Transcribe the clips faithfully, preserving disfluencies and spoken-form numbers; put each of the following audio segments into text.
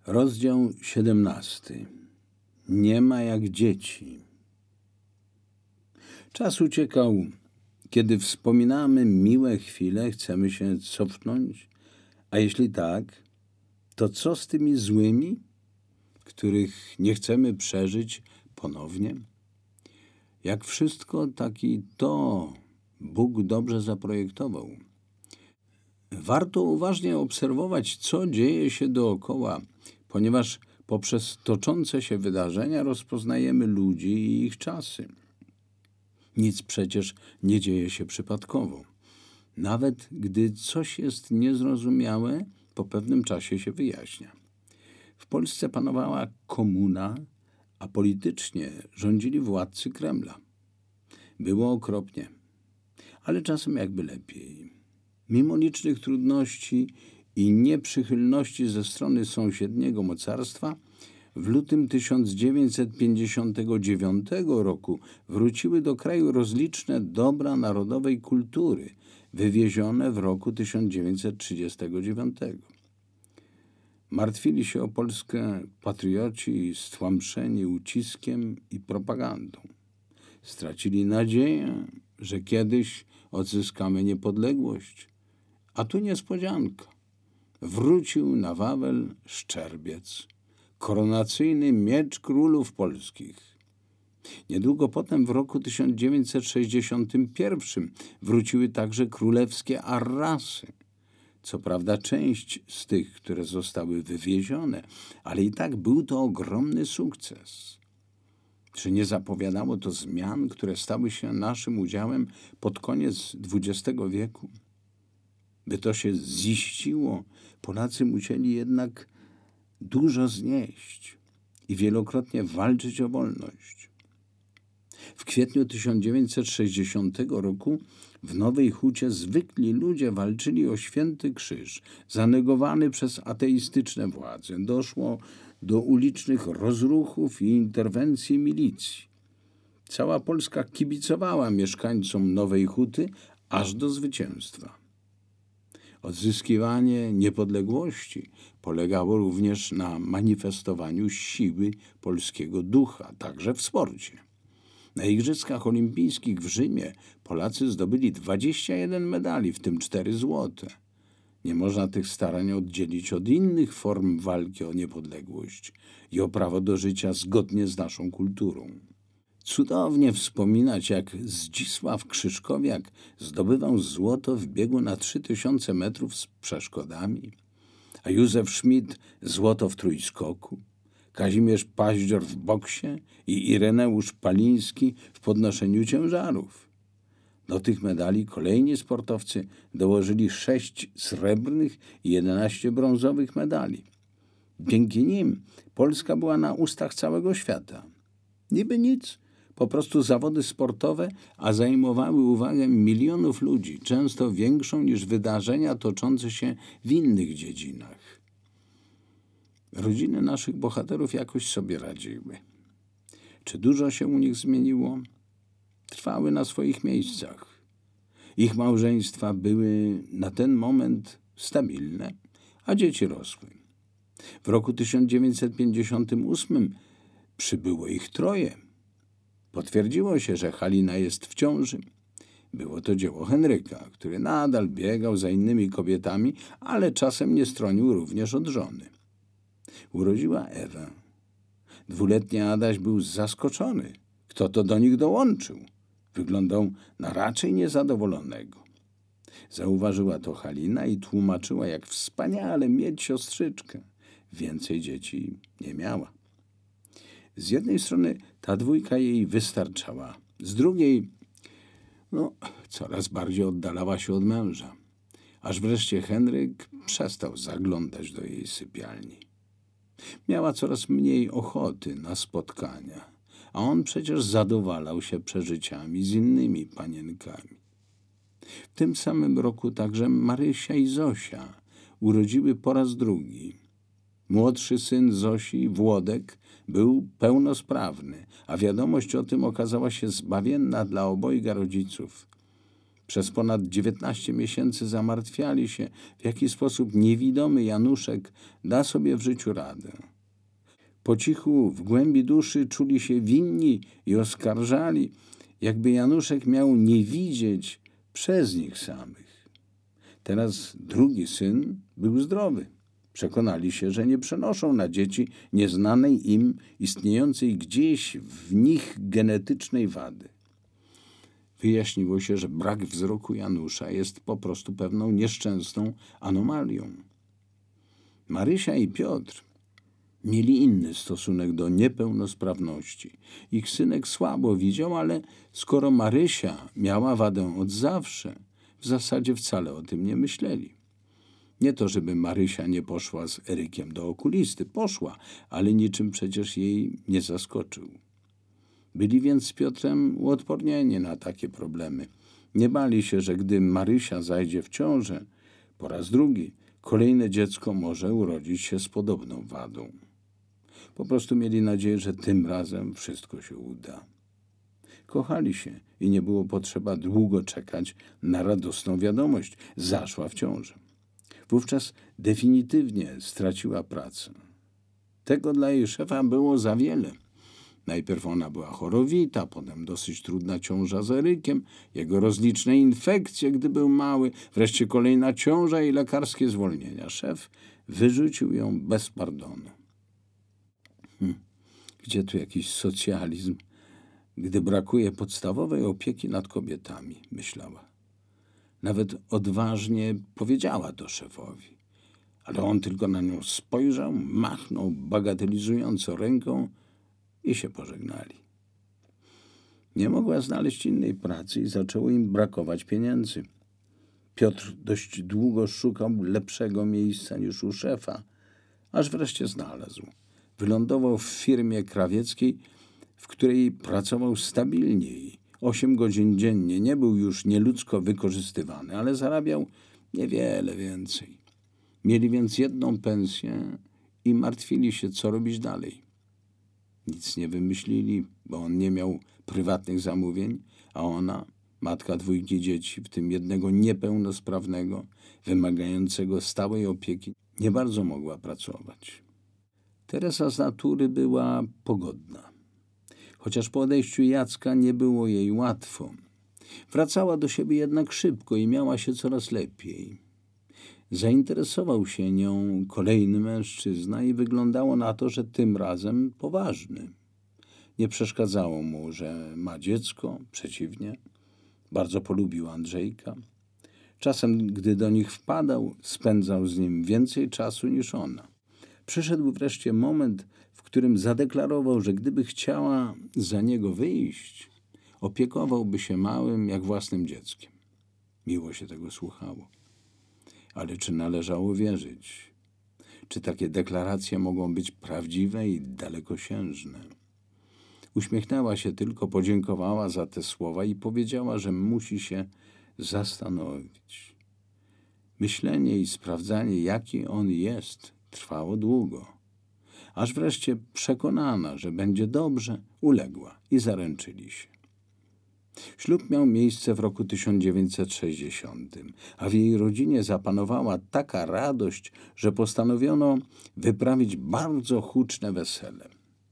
Rozdział siedemnasty. Nie ma jak dzieci. Czas uciekał. Kiedy wspominamy miłe chwile, chcemy się cofnąć, a jeśli tak, to co z tymi złymi, których nie chcemy przeżyć ponownie? Jak wszystko, tak i to Bóg dobrze zaprojektował. Warto uważnie obserwować, co dzieje się dookoła, ponieważ poprzez toczące się wydarzenia rozpoznajemy ludzi i ich czasy. Nic przecież nie dzieje się przypadkowo. Nawet gdy coś jest niezrozumiałe, po pewnym czasie się wyjaśnia. W Polsce panowała komuna, a politycznie rządzili władcy Kremla. Było okropnie, ale czasem jakby lepiej. Mimo licznych trudności i nieprzychylności ze strony sąsiedniego mocarstwa, w lutym tysiąc dziewięćset pięćdziesiątego dziewiątego roku wróciły do kraju rozliczne dobra narodowej kultury, wywiezione w roku tysiąc dziewięćset trzydziestego dziewiątego. Martwili się o Polskę patrioci stłamszeni uciskiem i propagandą. Stracili nadzieję, że kiedyś odzyskamy niepodległość. A tu niespodzianka. Wrócił na Wawel Szczerbiec, koronacyjny miecz królów polskich. Niedługo potem, w roku tysiąc dziewięćset sześćdziesiątym pierwszym, wróciły także królewskie arrasy. Co prawda część z tych, które zostały wywiezione, ale i tak był to ogromny sukces. Czy nie zapowiadało to zmian, które stały się naszym udziałem pod koniec dwudziestego wieku? By to się ziściło, Polacy musieli jednak dużo znieść i wielokrotnie walczyć o wolność. W kwietniu tysiąc dziewięćset sześćdziesiątego roku w Nowej Hucie zwykli ludzie walczyli o Święty Krzyż, zanegowany przez ateistyczne władze. Doszło do ulicznych rozruchów i interwencji milicji. Cała Polska kibicowała mieszkańcom Nowej Huty aż do zwycięstwa. Odzyskiwanie niepodległości polegało również na manifestowaniu siły polskiego ducha, także w sporcie. Na Igrzyskach Olimpijskich w Rzymie Polacy zdobyli dwadzieścia jeden medali, w tym cztery złote. Nie można tych starań oddzielić od innych form walki o niepodległość i o prawo do życia zgodnie z naszą kulturą. Cudownie wspominać, jak Zdzisław Krzyżkowiak zdobywał złoto w biegu na trzy tysiące metrów z przeszkodami, a Józef Schmidt złoto w trójskoku, Kazimierz Paździor w boksie i Ireneusz Paliński w podnoszeniu ciężarów. Do tych medali kolejni sportowcy dołożyli sześć srebrnych i jedenaście brązowych medali. Dzięki nim Polska była na ustach całego świata. Niby nic, po prostu zawody sportowe, a zajmowały uwagę milionów ludzi, często większą niż wydarzenia toczące się w innych dziedzinach. Rodziny naszych bohaterów jakoś sobie radziły. Czy dużo się u nich zmieniło? Trwały na swoich miejscach. Ich małżeństwa były na ten moment stabilne, a dzieci rosły. W roku tysiąc dziewięćset pięćdziesiątym ósmym przybyło ich troje. Potwierdziło się, że Halina jest w ciąży. Było to dzieło Henryka, który nadal biegał za innymi kobietami, ale czasem nie stronił również od żony. Urodziła Ewę. Dwuletni Adaś był zaskoczony. Kto to do nich dołączył? Wyglądał na raczej niezadowolonego. Zauważyła to Halina i tłumaczyła, jak wspaniale mieć siostrzyczkę. Więcej dzieci nie miała. Z jednej strony ta dwójka jej wystarczała, z drugiej no, coraz bardziej oddalała się od męża, aż wreszcie Henryk przestał zaglądać do jej sypialni. Miała coraz mniej ochoty na spotkania, a on przecież zadowalał się przeżyciami z innymi panienkami. W tym samym roku także Marysia i Zosia urodziły po raz drugi. Młodszy syn Zosi, Włodek, był pełnosprawny, a wiadomość o tym okazała się zbawienna dla obojga rodziców. Przez ponad dziewiętnaście miesięcy zamartwiali się, w jaki sposób niewidomy Januszek da sobie w życiu radę. Po cichu w głębi duszy czuli się winni i oskarżali, jakby Januszek miał nie widzieć przez nich samych. Teraz drugi syn był zdrowy. Przekonali się, że nie przenoszą na dzieci nieznanej im, istniejącej gdzieś w nich genetycznej wady. Wyjaśniło się, że brak wzroku Janusza jest po prostu pewną nieszczęsną anomalią. Marysia i Piotr mieli inny stosunek do niepełnosprawności. Ich synek słabo widział, ale skoro Marysia miała wadę od zawsze, w zasadzie wcale o tym nie myśleli. Nie to, żeby Marysia nie poszła z Erykiem do okulisty. Poszła, ale niczym przecież jej nie zaskoczył. Byli więc z Piotrem uodpornieni na takie problemy. Nie bali się, że gdy Marysia zajdzie w ciążę, po raz drugi kolejne dziecko może urodzić się z podobną wadą. Po prostu mieli nadzieję, że tym razem wszystko się uda. Kochali się i nie było potrzeba długo czekać na radosną wiadomość. Zaszła w ciążę. Wówczas definitywnie straciła pracę. Tego dla jej szefa było za wiele. Najpierw ona była chorowita, potem dosyć trudna ciąża z Erykiem, jego rozliczne infekcje, gdy był mały, wreszcie kolejna ciąża i lekarskie zwolnienia. Szef wyrzucił ją bez pardonu. Hm, gdzie tu jakiś socjalizm, gdy brakuje podstawowej opieki nad kobietami, myślała. Nawet odważnie powiedziała to szefowi, ale on tylko na nią spojrzał, machnął bagatelizująco ręką i się pożegnali. Nie mogła znaleźć innej pracy i zaczęło im brakować pieniędzy. Piotr dość długo szukał lepszego miejsca niż u szefa, aż wreszcie znalazł. Wylądował w firmie krawieckiej, w której pracował stabilniej. Osiem godzin dziennie, nie był już nieludzko wykorzystywany, ale zarabiał niewiele więcej. Mieli więc jedną pensję i martwili się, co robić dalej. Nic nie wymyślili, bo on nie miał prywatnych zamówień, a ona, matka dwójki dzieci, w tym jednego niepełnosprawnego, wymagającego stałej opieki, nie bardzo mogła pracować. Teresa z natury była pogodna. Chociaż po odejściu Jacka nie było jej łatwo. Wracała do siebie jednak szybko i miała się coraz lepiej. Zainteresował się nią kolejny mężczyzna i wyglądało na to, że tym razem poważny. Nie przeszkadzało mu, że ma dziecko, przeciwnie. Bardzo polubił Andrzejka. Czasem, gdy do nich wpadał, spędzał z nim więcej czasu niż ona. Przyszedł wreszcie moment, w którym zadeklarował, że gdyby chciała za niego wyjść, opiekowałby się małym jak własnym dzieckiem. Miło się tego słuchało. Ale czy należało wierzyć? Czy takie deklaracje mogą być prawdziwe i dalekosiężne? Uśmiechnęła się tylko, podziękowała za te słowa i powiedziała, że musi się zastanowić. Myślenie i sprawdzanie, jaki on jest, trwało długo. Aż wreszcie przekonana, że będzie dobrze, uległa i zaręczyli się. Ślub miał miejsce w roku tysiąc dziewięćset sześćdziesiątym, a w jej rodzinie zapanowała taka radość, że postanowiono wyprawić bardzo huczne wesele.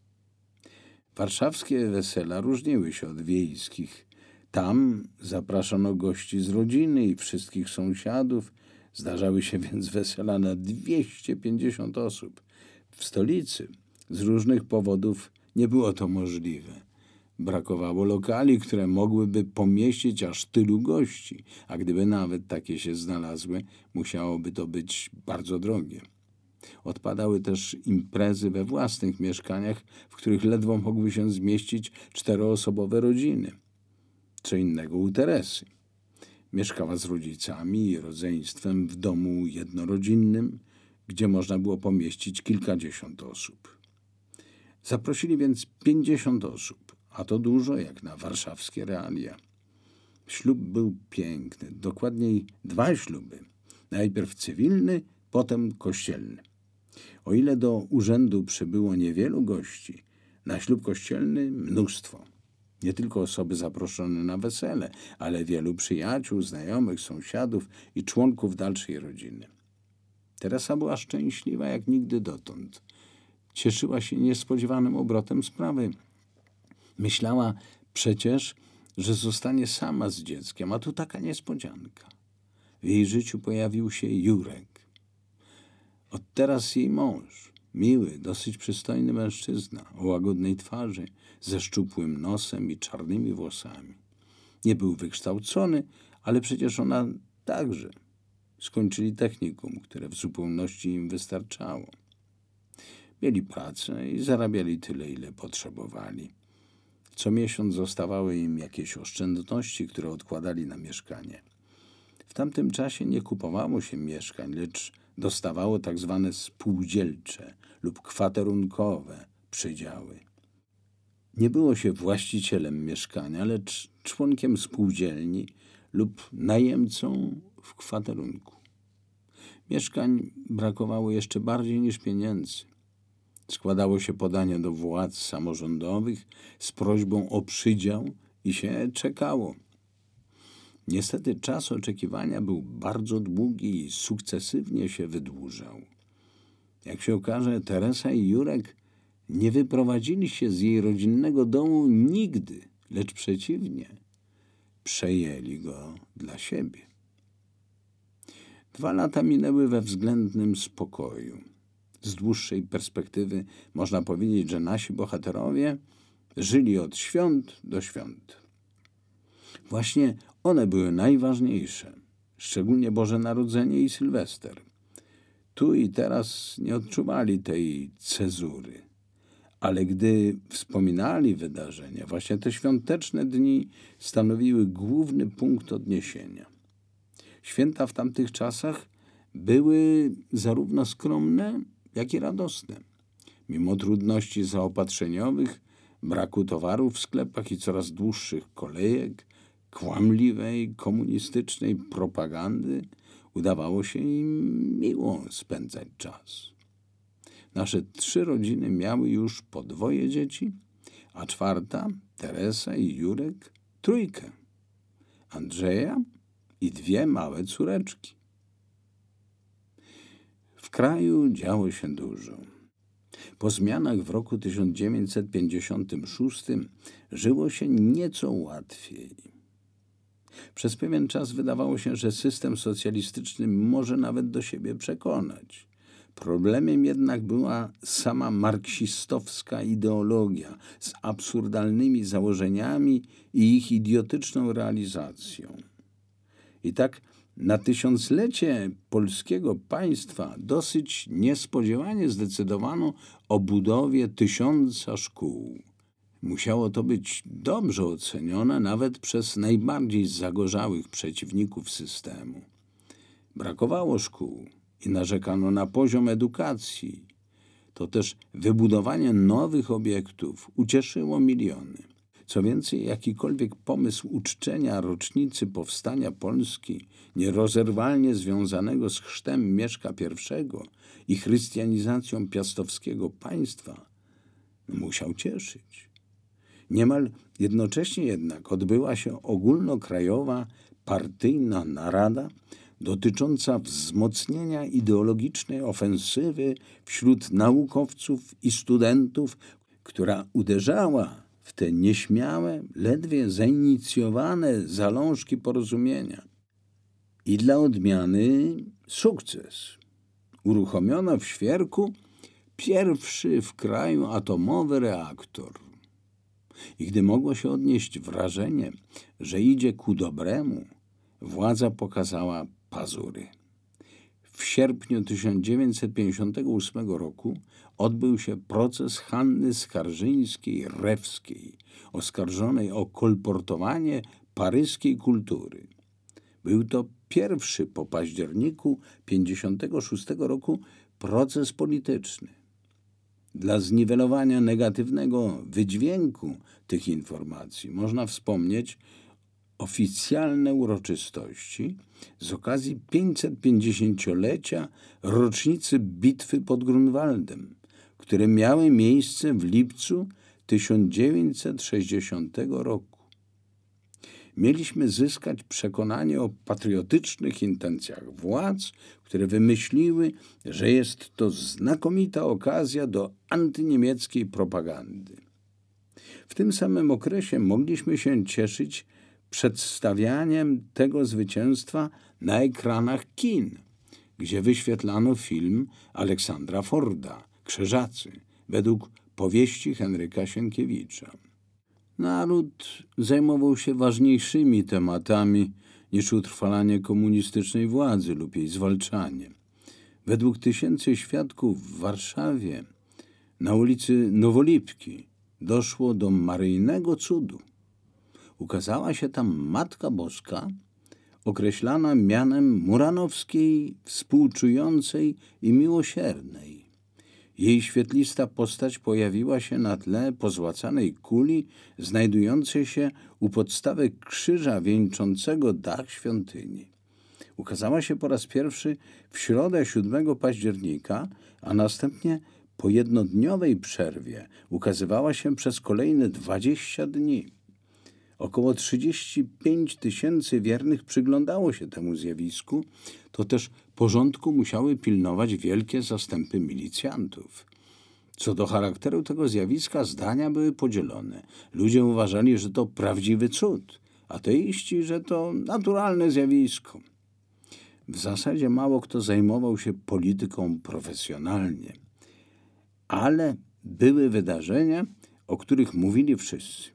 Warszawskie wesela różniły się od wiejskich. Tam zapraszano gości z rodziny i wszystkich sąsiadów. Zdarzały się więc wesela na dwieście pięćdziesiąt osób. W stolicy z różnych powodów nie było to możliwe. Brakowało lokali, które mogłyby pomieścić aż tylu gości, a gdyby nawet takie się znalazły, musiałoby to być bardzo drogie. Odpadały też imprezy we własnych mieszkaniach, w których ledwo mogły się zmieścić czteroosobowe rodziny. Co innego u Teresy. Mieszkała z rodzicami i rodzeństwem w domu jednorodzinnym, gdzie można było pomieścić kilkadziesiąt osób. Zaprosili więc pięćdziesiąt osób, a to dużo jak na warszawskie realia. Ślub był piękny, dokładniej dwa śluby. Najpierw cywilny, potem kościelny. O ile do urzędu przybyło niewielu gości, na ślub kościelny mnóstwo. Nie tylko osoby zaproszone na wesele, ale wielu przyjaciół, znajomych, sąsiadów i członków dalszej rodziny. Teresa była szczęśliwa jak nigdy dotąd. Cieszyła się niespodziewanym obrotem sprawy. Myślała przecież, że zostanie sama z dzieckiem, a tu taka niespodzianka. W jej życiu pojawił się Jurek. Od teraz jej mąż, miły, dosyć przystojny mężczyzna, o łagodnej twarzy, ze szczupłym nosem i czarnymi włosami. Nie był wykształcony, ale przecież ona także. Skończyli technikum, które w zupełności im wystarczało. Mieli pracę i zarabiali tyle, ile potrzebowali. Co miesiąc zostawały im jakieś oszczędności, które odkładali na mieszkanie. W tamtym czasie nie kupowało się mieszkań, lecz dostawało tak zwane spółdzielcze lub kwaterunkowe przydziały. Nie było się właścicielem mieszkania, lecz członkiem spółdzielni lub najemcą w kwaterunku. Mieszkań brakowało jeszcze bardziej niż pieniędzy. Składało się podanie do władz samorządowych z prośbą o przydział i się czekało. Niestety czas oczekiwania był bardzo długi i sukcesywnie się wydłużał. Jak się okaże, Teresa i Jurek nie wyprowadzili się z jej rodzinnego domu nigdy, lecz przeciwnie, przejęli go dla siebie. Dwa lata minęły we względnym spokoju. Z dłuższej perspektywy można powiedzieć, że nasi bohaterowie żyli od świąt do świąt. Właśnie one były najważniejsze, szczególnie Boże Narodzenie i Sylwester. Tu i teraz nie odczuwali tej cezury, ale gdy wspominali wydarzenia, właśnie te świąteczne dni stanowiły główny punkt odniesienia. Święta w tamtych czasach były zarówno skromne, jak i radosne. Mimo trudności zaopatrzeniowych, braku towarów w sklepach i coraz dłuższych kolejek, kłamliwej, komunistycznej propagandy, udawało się im miło spędzać czas. Nasze trzy rodziny miały już po dwoje dzieci, a czwarta, Teresa i Jurek, trójkę, Andrzeja i dwie małe córeczki. W kraju działo się dużo. Po zmianach w roku tysiąc dziewięćset pięćdziesiątym szóstym żyło się nieco łatwiej. Przez pewien czas wydawało się, że system socjalistyczny może nawet do siebie przekonać. Problemem jednak była sama marksistowska ideologia z absurdalnymi założeniami i ich idiotyczną realizacją. I tak na tysiąclecie polskiego państwa dosyć niespodziewanie zdecydowano o budowie tysiąca szkół. Musiało to być dobrze ocenione nawet przez najbardziej zagorzałych przeciwników systemu. Brakowało szkół i narzekano na poziom edukacji. To też wybudowanie nowych obiektów ucieszyło miliony. Co więcej, jakikolwiek pomysł uczczenia rocznicy powstania Polski, nierozerwalnie związanego z chrztem Mieszka pierwszego i chrystianizacją piastowskiego państwa, musiał cieszyć. Niemal jednocześnie jednak odbyła się ogólnokrajowa partyjna narada dotycząca wzmocnienia ideologicznej ofensywy wśród naukowców i studentów, która uderzała w te nieśmiałe, ledwie zainicjowane zalążki porozumienia. I dla odmiany sukces. Uruchomiono w Świerku pierwszy w kraju atomowy reaktor. I gdy mogło się odnieść wrażenie, że idzie ku dobremu, władza pokazała pazury. W sierpniu tysiąc dziewięćset pięćdziesiątego ósmego roku odbył się proces Hanny Skarżyńskiej-Rewskiej, oskarżonej o kolportowanie paryskiej kultury. Był to pierwszy po październiku tysiąc dziewięćset pięćdziesiątego szóstego roku proces polityczny. Dla zniwelowania negatywnego wydźwięku tych informacji można wspomnieć oficjalne uroczystości z okazji pięćsetpięćdziesięciolecia rocznicy bitwy pod Grunwaldem, które miały miejsce w lipcu tysiąc dziewięćset sześćdziesiątego roku. Mieliśmy zyskać przekonanie o patriotycznych intencjach władz, które wymyśliły, że jest to znakomita okazja do antyniemieckiej propagandy. W tym samym okresie mogliśmy się cieszyć przedstawianiem tego zwycięstwa na ekranach kin, gdzie wyświetlano film Aleksandra Forda „Krzyżacy” według powieści Henryka Sienkiewicza. Naród zajmował się ważniejszymi tematami niż utrwalanie komunistycznej władzy lub jej zwalczanie. Według tysięcy świadków w Warszawie na ulicy Nowolipki doszło do maryjnego cudu. Ukazała się tam Matka Boska, określana mianem Muranowskiej, współczującej i miłosiernej. Jej świetlista postać pojawiła się na tle pozłacanej kuli znajdującej się u podstawy krzyża wieńczącego dach świątyni. Ukazała się po raz pierwszy w środę siódmego października, a następnie po jednodniowej przerwie ukazywała się przez kolejne dwadzieścia dni. Około trzydzieści pięć tysięcy wiernych przyglądało się temu zjawisku, to też porządku musiały pilnować wielkie zastępy milicjantów. Co do charakteru tego zjawiska zdania były podzielone. Ludzie uważali, że to prawdziwy cud, ateiści, że to naturalne zjawisko. W zasadzie mało kto zajmował się polityką profesjonalnie, ale były wydarzenia, o których mówili wszyscy.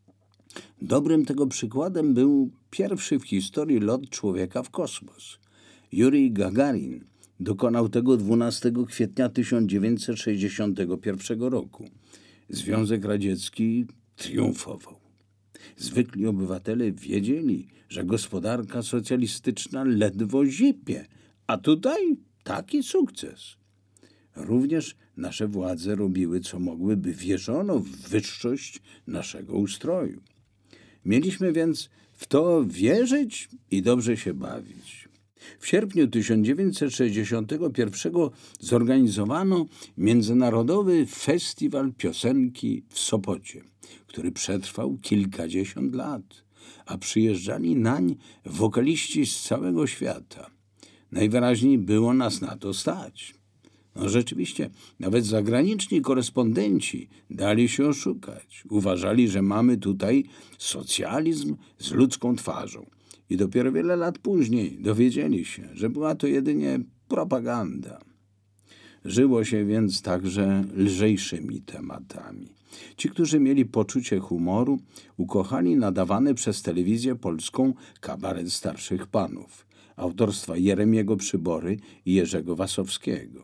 Dobrym tego przykładem był pierwszy w historii lot człowieka w kosmos. Jurij Gagarin dokonał tego dwunastego kwietnia tysiąc dziewięćset sześćdziesiątego pierwszego roku. Związek Radziecki triumfował. Zwykli obywatele wiedzieli, że gospodarka socjalistyczna ledwo zipie, a tutaj taki sukces. Również nasze władze robiły, co mogły, by wierzono w wyższość naszego ustroju. Mieliśmy więc w to wierzyć i dobrze się bawić. W sierpniu tysiąc dziewięćset sześćdziesiątego pierwszego zorganizowano Międzynarodowy Festiwal Piosenki w Sopocie, który przetrwał kilkadziesiąt lat, a przyjeżdżali nań wokaliści z całego świata. Najwyraźniej było nas na to stać. No rzeczywiście, nawet zagraniczni korespondenci dali się oszukać. Uważali, że mamy tutaj socjalizm z ludzką twarzą. I dopiero wiele lat później dowiedzieli się, że była to jedynie propaganda. Żyło się więc także lżejszymi tematami. Ci, którzy mieli poczucie humoru, ukochali nadawany przez telewizję polską kabaret starszych panów, autorstwa Jeremiego Przybory i Jerzego Wasowskiego.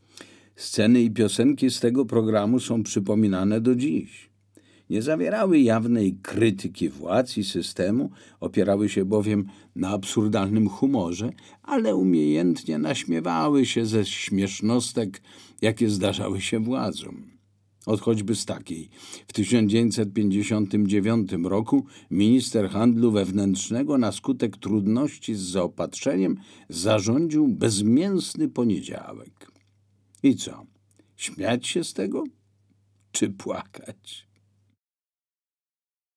Sceny i piosenki z tego programu są przypominane do dziś. Nie zawierały jawnej krytyki władz i systemu, opierały się bowiem na absurdalnym humorze, ale umiejętnie naśmiewały się ze śmiesznostek, jakie zdarzały się władzom. Od choćby z takiej. W tysiąc dziewięćset pięćdziesiątym dziewiątym roku minister handlu wewnętrznego na skutek trudności z zaopatrzeniem zarządził bezmięsny poniedziałek. I co? Śmiać się z tego? Czy płakać?